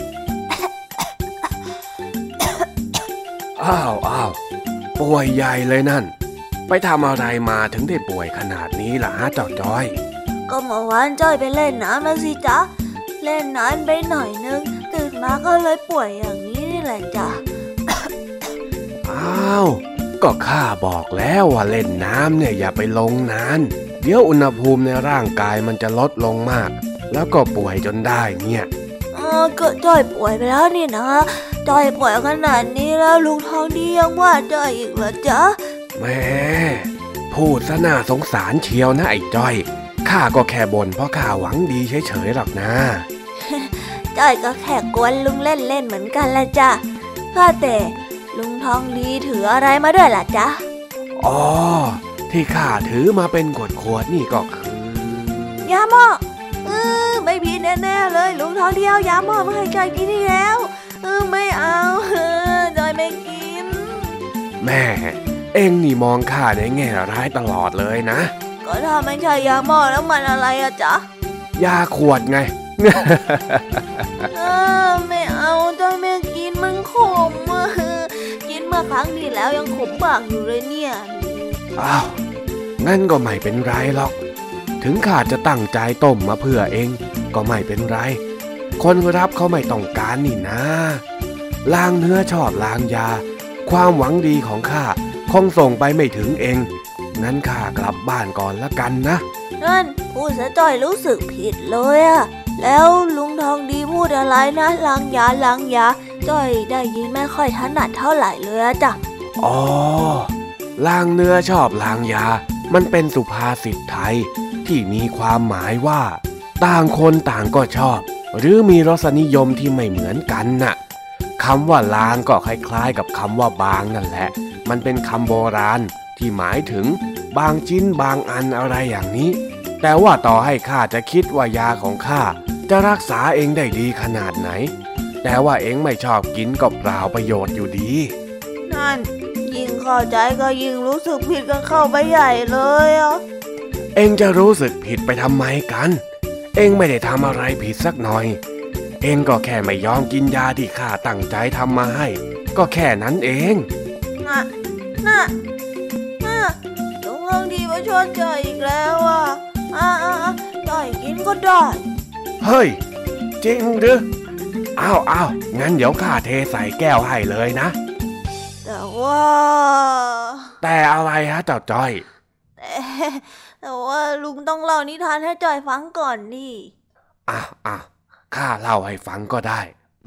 อ้าวอ้าวป่วยใหญ่เลยนั่นไปทำอะไรมาถึงได้ป่วยขนาดนี้ล่ะฮะเจ้าจ้อยก็เมื่อวานจ้อยไปเล่นน้ำแล้วสิจ๊ะเล่นน้ำไปหน่อยนึงตื่นมาก็เลยป่วยอย่างนี้นี่แหละจ้ะอ้าวก็ข้าบอกแล้วว่าเล่นน้ำเนี่ยอย่าไปลงนานเดี๋ยวอุณหภูมิในร่างกายมันจะลดลงมากแล้วก็ป่วยจนได้เนี่ยอ๋อก็จ้อยป่วยไปแล้วนี่นะจ้อยป่วยขนาดนี้แล้วลุงทองดียังว่าจ้อยอีกเหรอจ๊ะแม่พูดซะน่าสงสารเชียวนะไอ้จ้อยข้าก็แค่บ่นเพราะข้าหวังดีเฉยๆหรอกนะจ้อยก็แค่กวนลุงเล่นๆเหมือนกันละจ้ะข้าแต่ลุงทองดีถืออะไรมาด้วยล่ะจ๊ะอ๋อที่ข้าถือมาเป็นขวดๆนี่ก็คือยาหม้อเออไม่ผิดแน่ๆเลยลุงทองดีเอายาหม้อมาให้จ้อยกินนี่แล้วเออไม่เอาเออจ้อยไม่กินแม่เอ็งนี่มองข้าในแง่ร้ายตลอดเลยนะก็ถ้าไม่ใช่ยาหม้อแล้วมันอะไรอะจ๊ะยาขวดไงเออไม่เอาจ้อยไม่กินมันขมกินเมื่อครั้งที่แล้วยังขมปากอยู่เลยเนี่ยอ้าวงั้นก็ไม่เป็นไรหรอกถึงข้าจะตั้งใจต้มมาเพื่อเองก็ไม่เป็นไรคนรับเขาไม่ต้องการนี่นะล้างเนื้อชอบล้างยาความหวังดีของข้าคงส่งไปไม่ถึงเองงั้นข้ากลับบ้านก่อนละกันนะนั่นพูดซะจ้อยรู้สึกผิดเลยอะแล้วลุงทองดีพูดอะไรนะล้างยาล้างยาจ้อยได้ยินไม่ค่อยถนัดเท่าไหร่เลยจ้ะอ๋อล้างเนื้อชอบล้างยามันเป็นสุภาษิตไทยที่มีความหมายว่าต่างคนต่างก็ชอบหรือมีรสนิยมที่ไม่เหมือนกันน่ะคำว่าล้างก็คล้ายๆกับคำว่าบางนั่นแหละมันเป็นคำโบราณที่หมายถึงบางชิ้นบางอันอะไรอย่างนี้แต่ว่าต่อให้ข้าจะคิดว่ายาของข้าจะรักษาเองได้ดีขนาดไหนแต่ว่าเองไม่ชอบกินก็เปล่าประโยชน์อยู่ดีนั่นยิ่งเข้าใจก็ยิ่งรู้สึกผิดกันเข้าไปใหญ่เลยอ่ะเองจะรู้สึกผิดไปทำไมกันเองไม่ได้ทำอะไรผิดสักหน่อยเองก็แค่ไม่ยอมกินยาที่ข้าตั้งใจทำมาให้ก็แค่นั้นเองน่ะน่ะน่ะลุงทองดีมาชวนจ้อยอีกแล้วอ่ะอ่ะอ่ะจ้อยกินก็ได้เฮ้ยจริงหรืออ้าวอ้าวงั้นเดี๋ยวข้าเทใส่แก้วให้เลยนะแต่ว่าแต่อะไรฮะเจ้าจ้อยแต่แต่ว่าลุงต้องเล่านิทานให้จ้อยฟังก่อนดิอ่ะอ่ะข้าเล่าให้ฟังก็ได้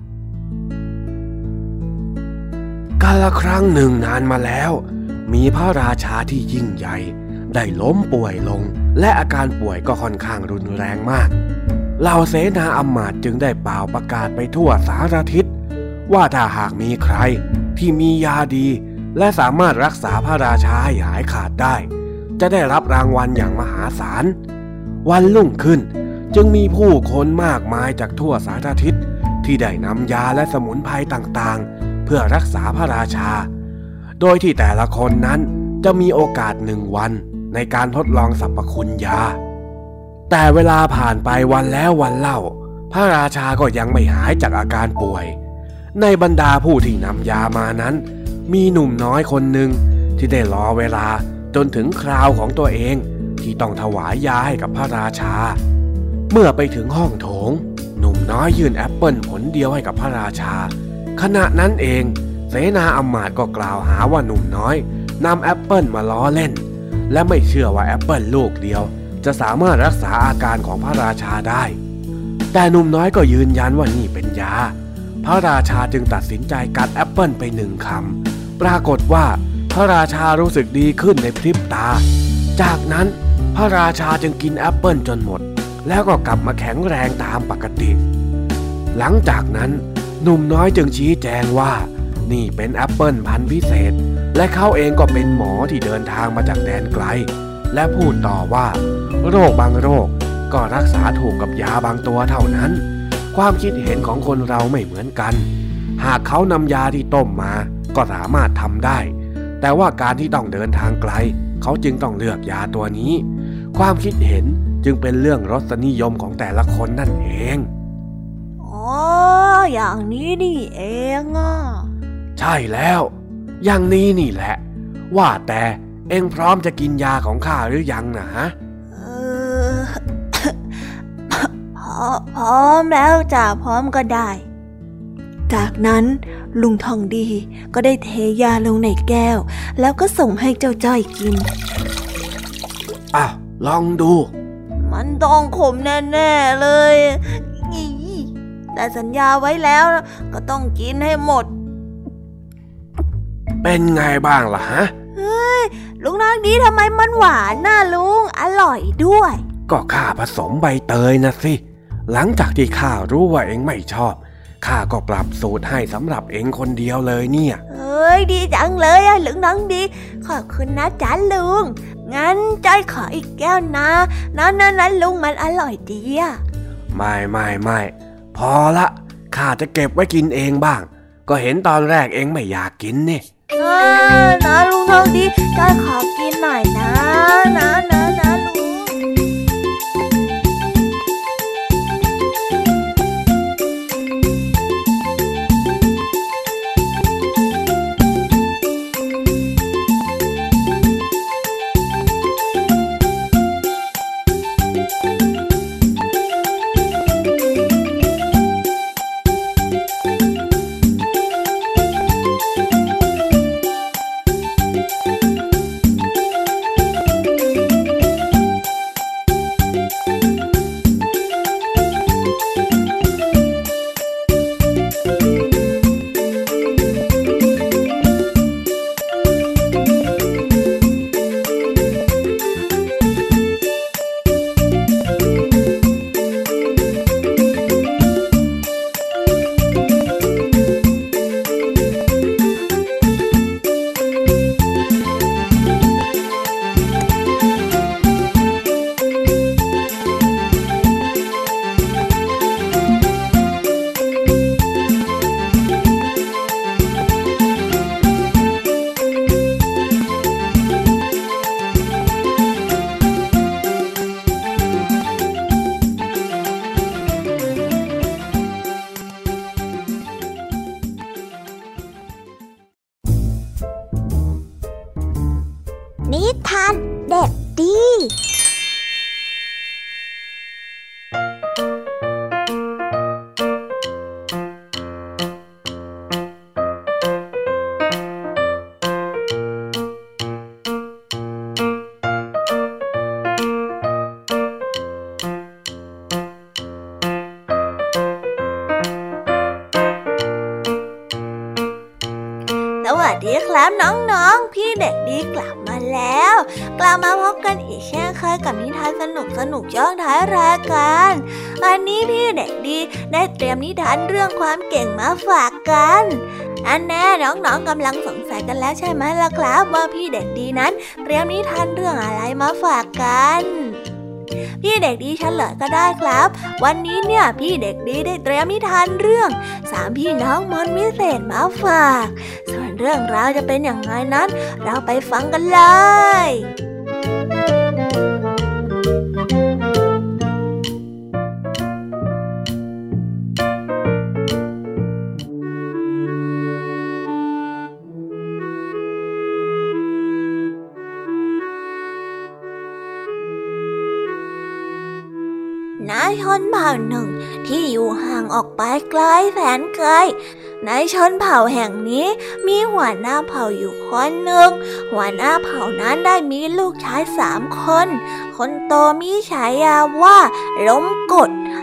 กาลครั้งหนึ่งนานมาแล้วมีพระราชาที่ยิ่งใหญ่ได้ล้มป่วยลงและอาการป่วยก็ค่อนข้างรุนแรงมากเหล่าเสนาอำมาตย์จึงได้เป่าประกาศไปทั่วสารทิศว่าถ้าหากมีใครที่มียาดีและสามารถรักษาพระราชาให้หายขาดได้จะได้รับรางวัลอย่างมหาศาลวันรุ่งขึ้นจึงมีผู้คนมากมายจากทั่วสารทิศที่ได้นำยาและสมุนไพรต่างๆเพื่อรักษาพระราชาโดยที่แต่ละคนนั้นจะมีโอกาสหนึ่งวันในการทดลองสรรพคุณยาแต่เวลาผ่านไปวันแล้ววันเล่าพระราชาก็ยังไม่หายจากอาการป่วยในบรรดาผู้ที่นำยามานั้นมีหนุ่มน้อยคนหนึ่งที่ได้รอเวลาจนถึงคราวของตัวเองที่ต้องถวายยาให้กับพระราชาเมื่อไปถึงห้องโถงหนุ่มน้อยยื่นแอปเปิลผลเดียวให้กับพระราชาขณะนั้นเองเสนาอำมาตย์ก็กล่าวหาว่าหนุ่มน้อยนำแอปเปิลมาล้อเล่นและไม่เชื่อว่าแอปเปิลลูกเดียวจะสามารถรักษาอาการของพระราชาได้แต่หนุ่มน้อยก็ยืนยันว่านี่เป็นยาพระราชาจึงตัดสินใจกัดแอปเปิลไปหนึ่งคำปรากฏว่าพระราชารู้สึกดีขึ้นในพริบตาจากนั้นพระราชาจึงกินแอปเปิลจนหมดแล้วก็กลับมาแข็งแรงตามปกติหลังจากนั้นหนุ่มน้อยจึงชี้แจงว่านี่เป็นแอปเปิลพันธุ์พิเศษและเขาเองก็เป็นหมอที่เดินทางมาจากแดนไกลและพูดต่อว่าโรคบางโรคก็รักษาถูกกับยาบางตัวเท่านั้นความคิดเห็นของคนเราไม่เหมือนกันหากเขานำยาที่ต้มมาก็สามารถทำได้แต่ว่าการที่ต้องเดินทางไกลเขาจึงต้องเลือกยาตัวนี้ความคิดเห็นจึงเป็นเรื่องรสนิยมของแต่ละคนนั่นเองอ๋ออย่างนี้นี่เองอ่ะใช่แล้วอย่างนี้นี่แหละว่าแต่เอ็งพร้อมจะกินยาของข้าหรือยังนะฮะเออ พอพร้อมแล้วจ้ะพร้อมก็ได้จากนั้นลุงทองดีก็ได้เทยาลงในแก้วแล้วก็ส่งให้เจ้าจ้อยกินอ่ะลองดูมันต้องขมแน่ๆเลยแต่สัญญาไว้แล้วก็ต้องกินให้หมดเป็นไงบ้างล่ะฮะเฮ้ยลุงน้องดีทำไมมันหวานน่ะลุงอร่อยด้วยก็ข้าผสมใบเตยนะสิหลังจากที่ข้ารู้ว่าเอ็งไม่ชอบข้าก็ปรับสูตรให้สำหรับเอ็งคนเดียวเลยเนี่ยเอ้ยดีจังเลยอะลุงน้องดีขอบคุณนะจ๊ะลุงงั้นจ้อยขออีกแก้วนะนั่นนั่นลุงมันอร่อยดีอะไม่ไม่ไม่พอละข้าจะเก็บไว้กินเองบ้างก็เห็นตอนแรกเอ็งไม่อยากกินนี่เออนะลุงทองดีจ้อยขอกินหน่อยนะนะนะนะลุงนิทานเด็กดีวัสดีครับน้องๆพี่เด็กดีกลับมาแล้วกลับมาพบกันอีกเช่นเคยกับนิทานสนุกสนุกช่วงท้ายรายการวันนี้พี่เด็กดีได้เตรียมนิทานเรื่องความเก่งมาฝากกันอันแน่น้องๆกำลังสงสัยกันแล้วใช่ไหมล่ะครับว่าพี่เด็กดีนั้นเตรียมนิทานเรื่องอะไรมาฝากกันพี่เด็กดีเฉลยก็ได้ครับวันนี้เนี่ยพี่เด็กดีได้เตรียมนิทานเรื่องสามพี่น้องมนต์วิเศษมาฝากส่วนเรื่องราวจะเป็นอย่างไรนั้นเราไปฟังกันเลยนายชนเผ่าหนึ่งที่อยู่ห่างออกไปไกลแสนไกลในชนเผ่าแห่งนี้มีหัวหน้าเผ่าอยู่คนหนึ่งหัวหน้าเผ่านั้นได้มีลูกชายสามคนคนโตมีฉายาว่าล้มกด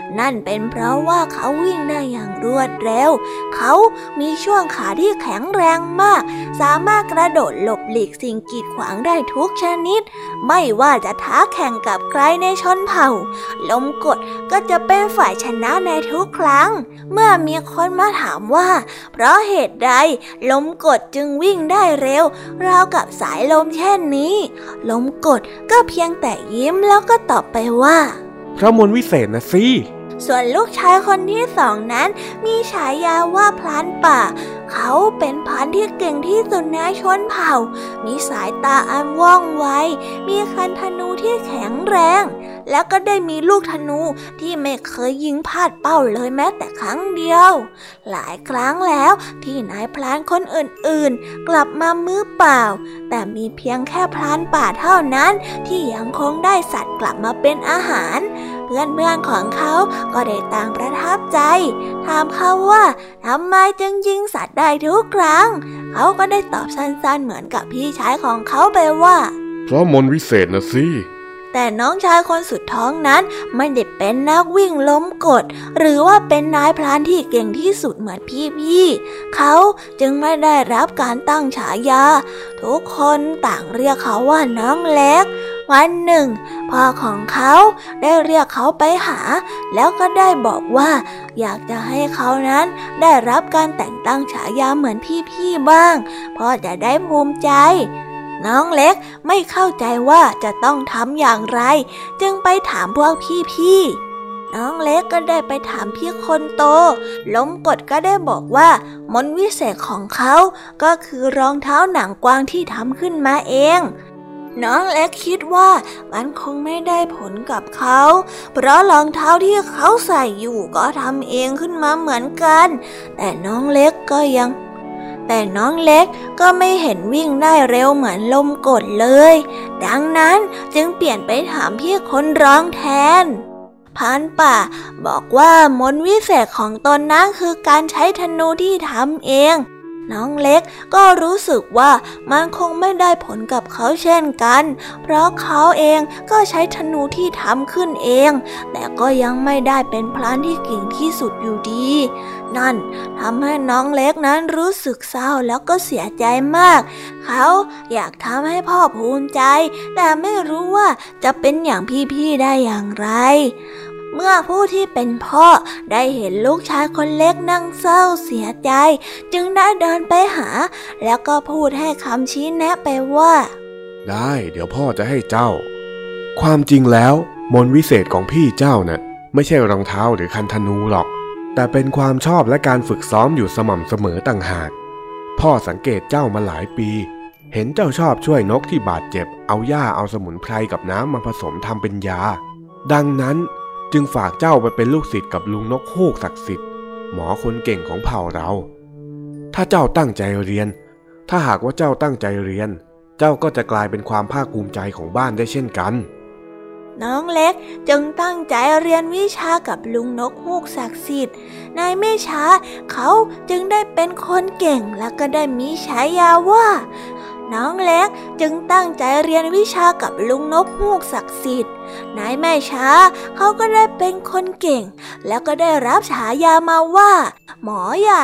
นั่นเป็นเพราะว่าเขาวิ่งได้อย่างรวดเร็วเขามีช่วงขาที่แข็งแรงมากสามารถกระโดดหลบหลีกสิ่งกีดขวางได้ทุกชนิดไม่ว่าจะท้าแข่งกับใครในชนเผ่าลมกดก็จะเป็นฝ่ายชนะในทุกครั้งเมื่อมีคนมาถามว่าเพราะเหตุใดลมกดจึงวิ่งได้เร็วราวกับสายลมเช่นนี้ลมกดก็เพียงแต่ยิ้มแล้วก็ตอบไปว่าพระมนต์วิเศษนะสิส่วนลูกชายคนที่สองนั้นมีฉายาว่าพรานป่าเขาเป็นพรานที่เก่งที่สุดในชนเผ่ามีสายตาอันว่องไวมีคันธนูที่แข็งแรงแล้วก็ได้มีลูกธนูที่ไม่เคยยิงพลาดเป้าเลยแม้แต่ครั้งเดียวหลายครั้งแล้วที่นายพรานคนอื่นๆกลับมามือเปล่าแต่มีเพียงแค่พรานป่าเท่านั้นที่ยังคงได้สัตว์กลับมาเป็นอาหารเพื่อนๆของเขาก็ได้ต่างประทับใจถามเขาว่าทำไมจึงยิงสัตว์ได้ทุกครั้งเขาก็ได้ตอบสั้นๆเหมือนกับพี่ชายของเขาไปว่าเพราะมนต์วิเศษนะสิแต่น้องชายคนสุดท้องนั้นไม่ได้เป็นนักวิ่งล้มกดหรือว่าเป็นนายพรานที่เก่งที่สุดเหมือนพี่ๆเขาจึงไม่ได้รับการตั้งฉายาทุกคนต่างเรียกเขาว่าน้องเล็กวันหนึ่งพ่อของเขาได้เรียกเขาไปหาแล้วก็ได้บอกว่าอยากจะให้เขานั้นได้รับการแต่งตั้งฉายาเหมือนพี่ๆบ้างพ่อจะได้ภูมิใจน้องเล็กไม่เข้าใจว่าจะต้องทำอย่างไรจึงไปถามพวกพี่ๆน้องเล็กก็ได้ไปถามพี่คนโตล้มกดก็ได้บอกว่ามนต์วิเศษของเขาก็คือรองเท้าหนังกวางที่ทำขึ้นมาเองน้องเล็กคิดว่ามันคงไม่ได้ผลกับเขาเพราะรองเท้าที่เขาใส่อยู่ก็ทำเองขึ้นมาเหมือนกันแต่น้องเล็กก็ยังแต่น้องเล็กก็ไม่เห็นวิ่งได้เร็วเหมือนลมกดเลยดังนั้นจึงเปลี่ยนไปถามพี่คนร้องแทนพรานป่าบอกว่ามนต์วิเศษของตนนั้นคือการใช้ธนูที่ทำเองน้องเล็กก็รู้สึกว่ามันคงไม่ได้ผลกับเขาเช่นกันเพราะเขาเองก็ใช้ธนูที่ทำขึ้นเองแต่ก็ยังไม่ได้เป็นพรานที่เก่งที่สุดอยู่ดีนั่นทำให้น้องเล็กนั้นรู้สึกเศร้าแล้วก็เสียใจมากเขาอยากทำให้พ่อภูมิใจแต่ไม่รู้ว่าจะเป็นอย่างพี่ๆได้อย่างไรเมื่อผู้ที่เป็นพ่อได้เห็นลูกชายคนเล็กนั่งเศร้าเสียใจจึงได้เดินไปหาแล้วก็พูดให้คำชี้แนะไปว่าได้เดี๋ยวพ่อจะให้เจ้าความจริงแล้วมนต์วิเศษของพี่เจ้าน่ะไม่ใช่รองเท้าหรือคันธนูหรอกแต่เป็นความชอบและการฝึกซ้อมอยู่สม่ำเสมอต่างหากพ่อสังเกตเจ้ามาหลายปีเห็นเจ้าชอบช่วยนกที่บาดเจ็บเอาหญ้าเอาสมุนไพรกับน้ำมาผสมทำเป็นยาดังนั้นจึงฝากเจ้าไปเป็นลูกศิษย์กับลุงนกฮูกศักดิ์สิทธิ์หมอคนเก่งของเผ่าเราถ้าเจ้าตั้งใจเรียนถ้าหากว่าเจ้าตั้งใจเรียนเจ้าก็จะกลายเป็นความภาคภูมิใจของบ้านได้เช่นกันน้องเล็กจึงตั้งใจเรียนวิชากับลุงนกฮูกศักดิ์สิทธิ์ในไม่ช้าเขาจึงได้เป็นคนเก่งและก็ได้มีฉายาว่าน้องเล็กจึงตั้งใจเรียนวิชากับลุงนกฮูกศักดิ์สิทธิ์ในไม่ช้าเขาก็ได้เป็นคนเก่งแล้วก็ได้รับฉายามาว่าหมอใหญ่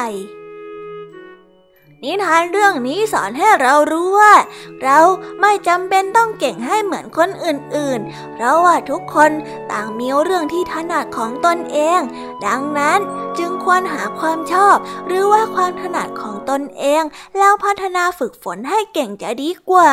นิทานเรื่องนี้สอนให้เรารู้ว่าเราไม่จำเป็นต้องเก่งให้เหมือนคนอื่นๆเพราะว่าทุกคนต่างมีเรื่องที่ถนัดของตนเองดังนั้นจึงควรหาความชอบหรือว่าความถนัดของตนเองแล้วพัฒนาฝึกฝนให้เก่งจะดีกว่า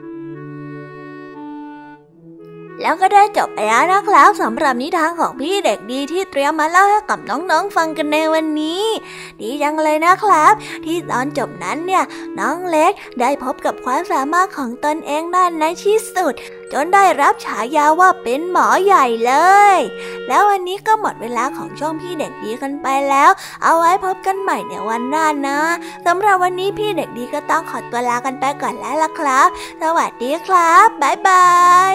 แล้วก็ได้จบไปแล้วนะครับสำหรับนิทานของพี่เด็กดีที่เตรียมมาเล่าให้กับน้องๆฟังกันในวันนี้ดีจังเลยนะครับที่ตอนจบนั้นเนี่ยน้องเล็กได้พบกับความสามารถของตนเองได้ในที่สุดจนได้รับฉายาว่าเป็นหมอใหญ่เลยแล้ววันนี้ก็หมดเวลาของช่วงพี่เด็กดีกันไปแล้วเอาไว้พบกันใหม่ในวันหน้านะสำหรับวันนี้พี่เด็กดีก็ต้องขอตัวลากันไปก่อนแล้วล่ะครับสวัสดีครับบ๊ายบาย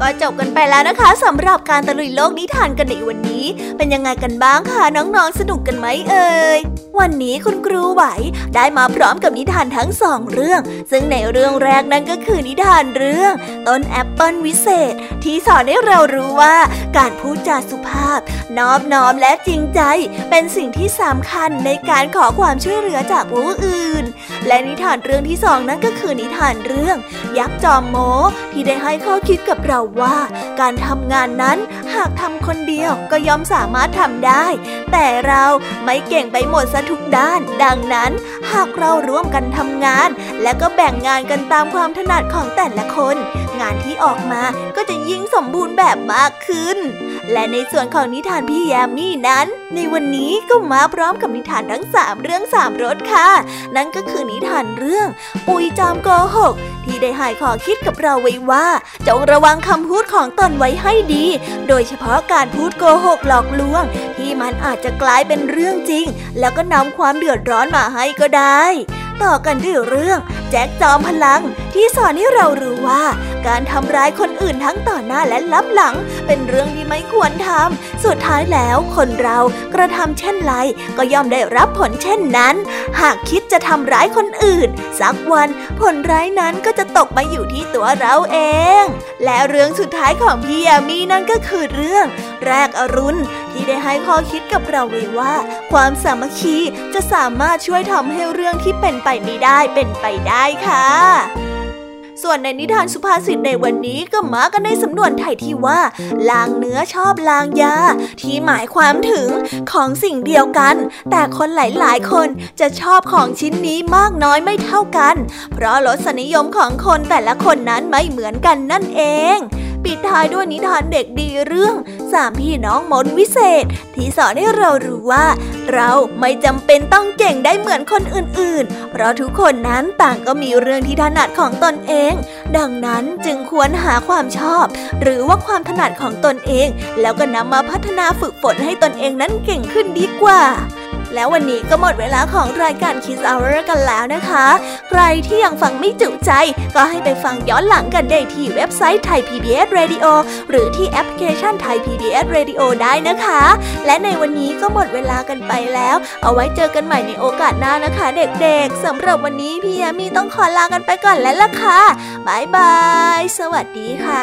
ก็จบกันไปแล้วนะคะสำหรับการตะลุยโลกนิทานกันในวันนี้เป็นยังไงกันบ้างคะน้องๆสนุกกันไหมเอ่ยวันนี้คุณครูไหวได้มาพร้อมกับนิทานทั้งสองเรื่องซึ่งในเรื่องแรกนั่นก็คือนิทานเรื่องต้นแอปเปิลวิเศษที่สอนให้เรารู้ว่าการพูดจาสุภาพนอบน้อมและจริงใจเป็นสิ่งที่สำคัญในการขอความช่วยเหลือจากผู้อื่นและนิทานเรื่องที่สองนั่นก็คือนิทานเรื่องยักษ์จอมโม้ที่ได้ให้ข้อคิดกับเราว่าการทำงานนั้นหากทำคนเดียวก็ย่อมสามารถทำได้แต่เราไม่เก่งไปหมดซะทุกด้านดังนั้นหากเราร่วมกันทำงานและก็แบ่งงานกันตามความถนัดของแต่ละคนงานที่ออกมาก็จะยิ่งสมบูรณ์แบบมากขึ้นและในส่วนของนิทานพี่แยมมี่นั้นในวันนี้ก็มาพร้อมกับนิทานทั้งสามเรื่องสามรสค่ะนั่นก็คือนิทานเรื่องปุ๋ยจอมโกหกที่ได้ให้ข้อคิดกับเราไว้ว่าจงระวังคำพูดของตนไว้ให้ดีโดยเฉพาะการพูดโกหกหลอกลวงที่มันอาจจะกลายเป็นเรื่องจริงแล้วก็นำความเดือดร้อนมาให้ก็ได้ต่อกันด้วยเรื่องแจ็คจอมพลังที่สอนให้เรารู้ว่าการทำร้ายคนอื่นทั้งต่อหน้าและลับหลังเป็นเรื่องที่ไม่ควรทำสุดท้ายแล้วคนเรากระทำเช่นไรก็ย่อมได้รับผลเช่นนั้นหากคิดจะทำร้ายคนอื่นสักวันผลร้ายนั้นก็จะตกมาอยู่ที่ตัวเราเองและเรื่องสุดท้ายของพี่ยามีนั่นก็คือเรื่องแรกอรุณที่ได้ให้ข้อคิดกับเราไว้ว่าความสามัคคีจะสามารถช่วยทำให้เรื่องที่เป็นไปไม่ได้เป็นไปได้ค่ะส่วนในนิทานสุภาษิตในวันนี้ก็มากันในสำนวนไทยที่ว่าลางเนื้อชอบลางยาที่หมายความถึงของสิ่งเดียวกันแต่คนหลายๆคนจะชอบของชิ้นนี้มากน้อยไม่เท่ากันเพราะรสนิยมของคนแต่ละคนนั้นไม่เหมือนกันนั่นเองปิดท้ายด้วยนิทานเด็กดีเรื่องสามพี่น้องมนต์วิเศษที่สอนให้เรารู้ว่าเราไม่จำเป็นต้องเก่งได้เหมือนคนอื่นๆเพราะทุกคนนั้นต่างก็มีเรื่องที่ถนัดของตนเองดังนั้นจึงควรหาความชอบหรือว่าความถนัดของตนเองแล้วก็นำมาพัฒนาฝึกฝนให้ตนเองนั้นเก่งขึ้นดีกว่าแล้ววันนี้ก็หมดเวลาของรายการ Kids Hour กันแล้วนะคะใครที่ยังฟังไม่จุใจก็ให้ไปฟังย้อนหลังกันได้ที่เว็บไซต์ Thai พี บี เอส Radio หรือที่แอปพลิเคชัน Thai พี บี เอส Radio ได้นะคะและในวันนี้ก็หมดเวลากันไปแล้วเอาไว้เจอกันใหม่ในโอกาสหน้านะคะเด็กๆสำหรับวันนี้พี่ยามีต้องขอลากันไปก่อนแล้วล่ะค่ะบ๊ายบายสวัสดีค่ะ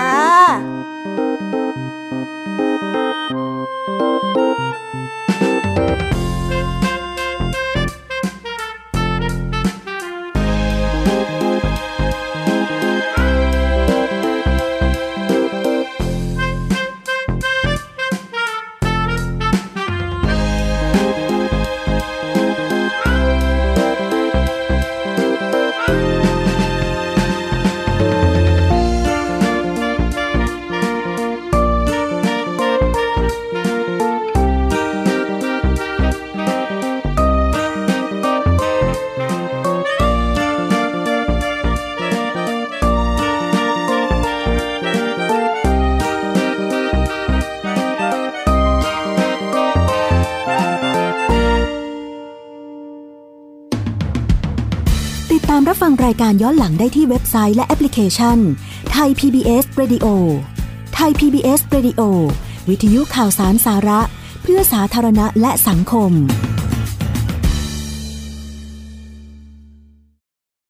รับฟังรายการย้อนหลังได้ที่เว็บไซต์และแอปพลิเคชัน Thai พี บี เอส Radio Thai พี บี เอส Radio วิทยุข่าวสารสาระเพื่อสาธารณะและสังคม